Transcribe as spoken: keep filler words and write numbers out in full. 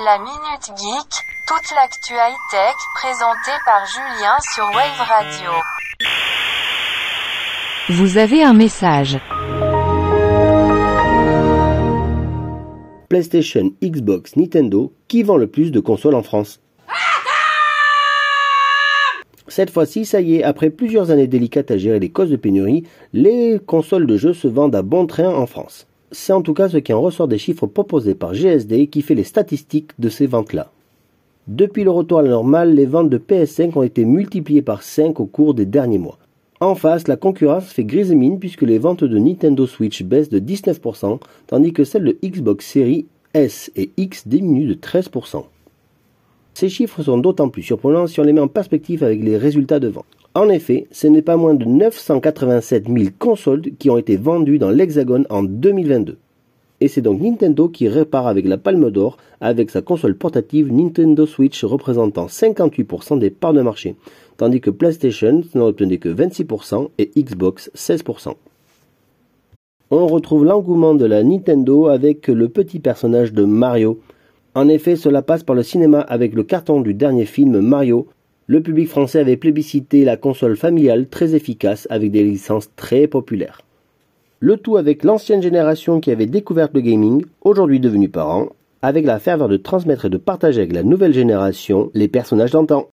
La Minute Geek, toute l'actu high-tech présentée par Julien sur Wave Radio. Vous avez un message. PlayStation, Xbox, Nintendo, qui vend le plus de consoles en France? Cette fois-ci, ça y est, après plusieurs années délicates à gérer les causes de pénurie, les consoles de jeux se vendent à bon train en France. C'est en tout cas ce qui en ressort des chiffres proposés par G S D qui fait les statistiques de ces ventes-là. Depuis le retour à la normale, les ventes de P S cinq ont été multipliées par cinq au cours des derniers mois. En face, la concurrence fait grise mine puisque les ventes de Nintendo Switch baissent de dix-neuf pour cent, tandis que celles de Xbox Series S et X diminuent de treize pour cent. Ces chiffres sont d'autant plus surprenants si on les met en perspective avec les résultats de vente. En effet, ce n'est pas moins de neuf cent quatre-vingt-sept mille consoles qui ont été vendues dans l'Hexagone en deux mille vingt-deux. Et c'est donc Nintendo qui répare avec la Palme d'Or avec sa console portative Nintendo Switch représentant cinquante-huit pour cent des parts de marché, tandis que PlayStation n'en obtenait que vingt-six pour cent et Xbox seize pour cent. On retrouve l'engouement de la Nintendo avec le petit personnage de Mario. En effet, cela passe par le cinéma avec le carton du dernier film Mario. Le public français avait plébiscité la console familiale très efficace avec des licences très populaires. Le tout avec l'ancienne génération qui avait découvert le gaming, aujourd'hui devenue parents, avec la ferveur de transmettre et de partager avec la nouvelle génération les personnages d'antan.